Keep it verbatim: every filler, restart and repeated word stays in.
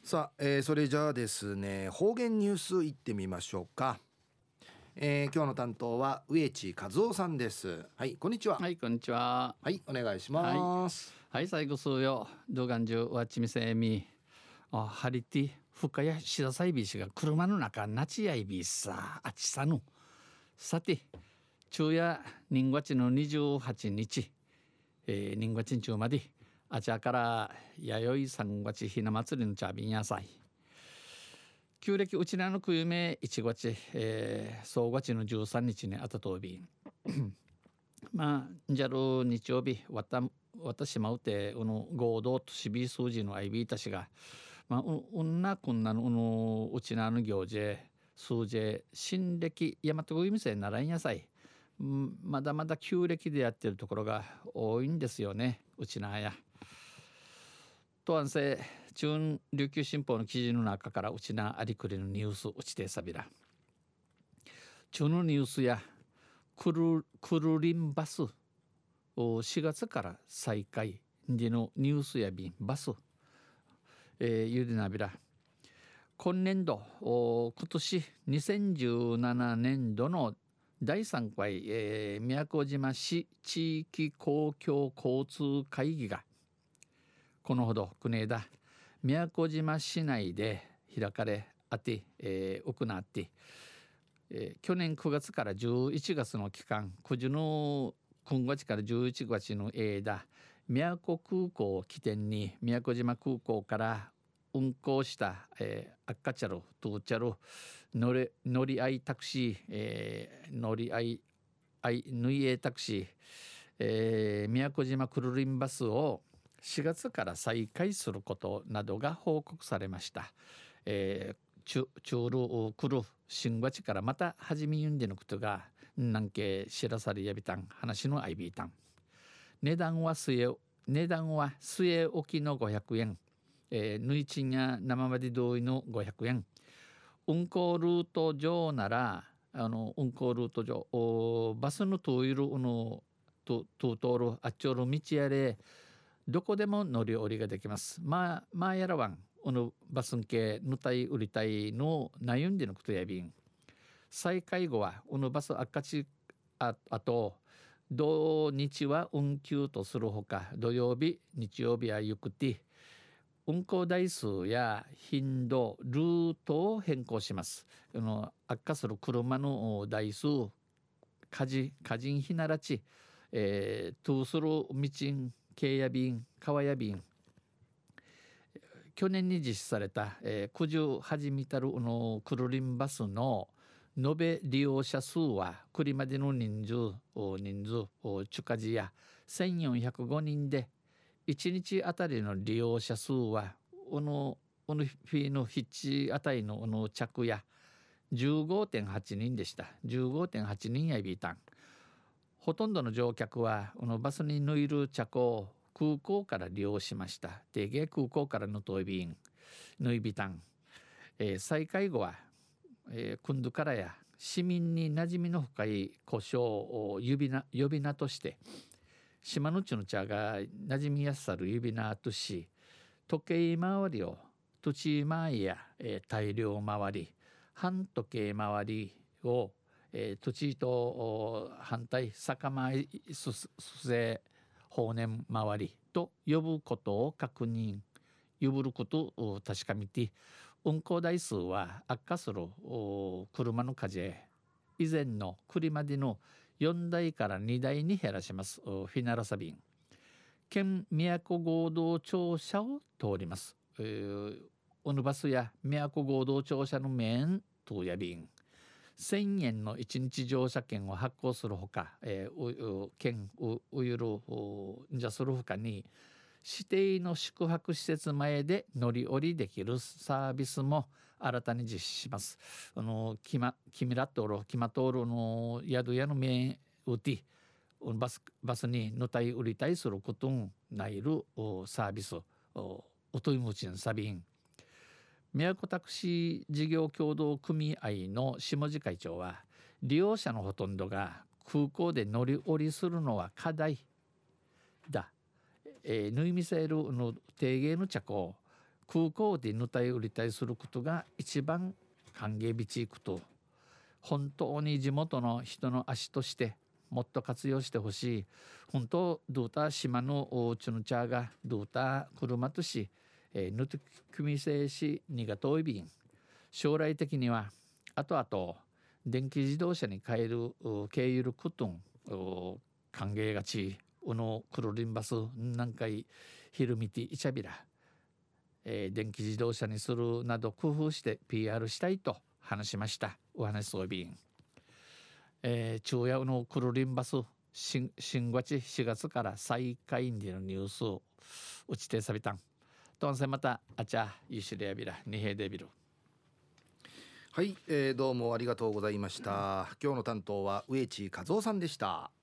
さあ、えーそれじゃあですね、方言ニュースいってみましょうか。えー今日の担当は植地和夫さんです。はい、こんにちは。 はい、こんにちは。 はい、お願いしはい。 ます。 はい、最後数よ。動画中、わちみせみ。あ、ハリティ、深谷しださいびしが車の中、なちやいびさ、あちさぬ。さて、昼夜、人月のにじゅうはちにち、えー、人月中まで、あちゃから弥生三月ひな祭りの茶瓶野菜。旧暦うちなのくゆめいちがつ、えー、総月のじゅうさんにちにあたとび。まあ、じゃる日曜日、わた、私まうて、うの合同都市ビ数字のアイビーたちが、まあ、う、うんなこんなの、うの、うちなの行事、数字、新暦、大和語みせならんやさい。うん、まだまだ旧暦でやってるところが多いんですよね、うちなや。とあんせ、中琉球新報の記事の中からうちなありくりのニュース、うちてさびら。中のニュースや、クルクルリンバスしがつから再開でのニュースや便バス、えー、ゆでなびら今年度今年にせんじゅうななねんどのだいさんかい、えー、宮古島市地域公共交通会議がこのほど国枝宮古島市内で開かれあって、えー、行って、えー、去年くがつからじゅういちがつの期間くじのくがつからじゅういちがつの間宮古空港を起点に宮古島空港から運航した、えー、アッカチャルトゥーチャル乗り乗り合いタクシー、えー、乗り合いあいヌイエタクシー、えー、宮古島クルリンバスをしがつから再開することなどが報告されました。えーチュチュールクル新月からまた始めゆんでのことがなんけ知らされやびたん話のアイビータン値段は据え値段は据え置きのごひゃくえん、えー、ぬいちんや生まで同意のごひゃくえん運行ルート上ならあの運行ルート上おバスの通いるのとと通るあっちょる道やれどこでも乗り降りができます。まあまあやらわんこのバスン系ぬたい売りたいの悩んでのことやびん再開後はこのバス赤字ああと土日は運休とするほか土曜日日曜日はゆくて運行台数や頻度ルートを変更します。あの悪化する車の台数火事火人ひならち、えー、トゥースル道ん京や便川や便去年に実施された、えー、九十始めたるのクルリンバスの延べ利用者数はこれまでの人数人数チュカジやせんよんひゃくごにんでいちにちあたりの利用者数はこのこのフィのヒッチあたりのこの着や じゅうごてんはちにんでした。 じゅうごてんはちにんやビータンほとんどの乗客はこのバスに抜いる着を空港から利用しました。定芸空港からのトイビンヌイビタン、えー、再開後は、えー、クンドからや市民に馴染みの深い故障を呼び名呼び名として島のちの茶が馴染みやすさる呼び名とし時計回りを土地回や、えー、大量回り半時計回りを、えー、土地と反対逆回りすせ法年回りと呼ぶことを確認呼ぶることを確かめて運行台数は悪化する車の数以前の車でのよんだいからにだいに減らします。フィナラサビン県宮古合同庁舎を通ります。えー、オヌバスや宮古合同庁舎の面とや便せんえんのいちにち乗車券を発行するほか、えー、券をうゆるじゃするほかに指定の宿泊施設前で乗り降りできるサービスも新たに実施します。あのキマキミラットロキマトールの宿屋の面うてバスバスに乗たい売りたいすることんないるサービスおといむちんサビン宮古タクシー事業協同組合の下地会長は利用者のほとんどが空港で乗り降りするのは課題だ、えー、縫いミサイルの定芸の着を空港でぬたい売りたいすることが一番歓迎びちいくと、本当に地元の人の足としてもっと活用してほしい。本当ドータ島のおちゅのちゃがドータ車とし、えー、ぬと組みせいしにが遠いびん、将来的にはあとあと電気自動車に変える経由ることん歓迎がちうのクロリンバスなんかいひるみていちゃびら、えー、電気自動車にするなど工夫して ピーアール したいと話しました。お話そうびん、えー、昼夜のクロリンバス新月しがつから再開でのニュースを打ちてさびたんとんせまたあちゃゆしれやびらにへいでびる。 はい、えー、どうもありがとうございました。今日の担当は植地和夫さんでした。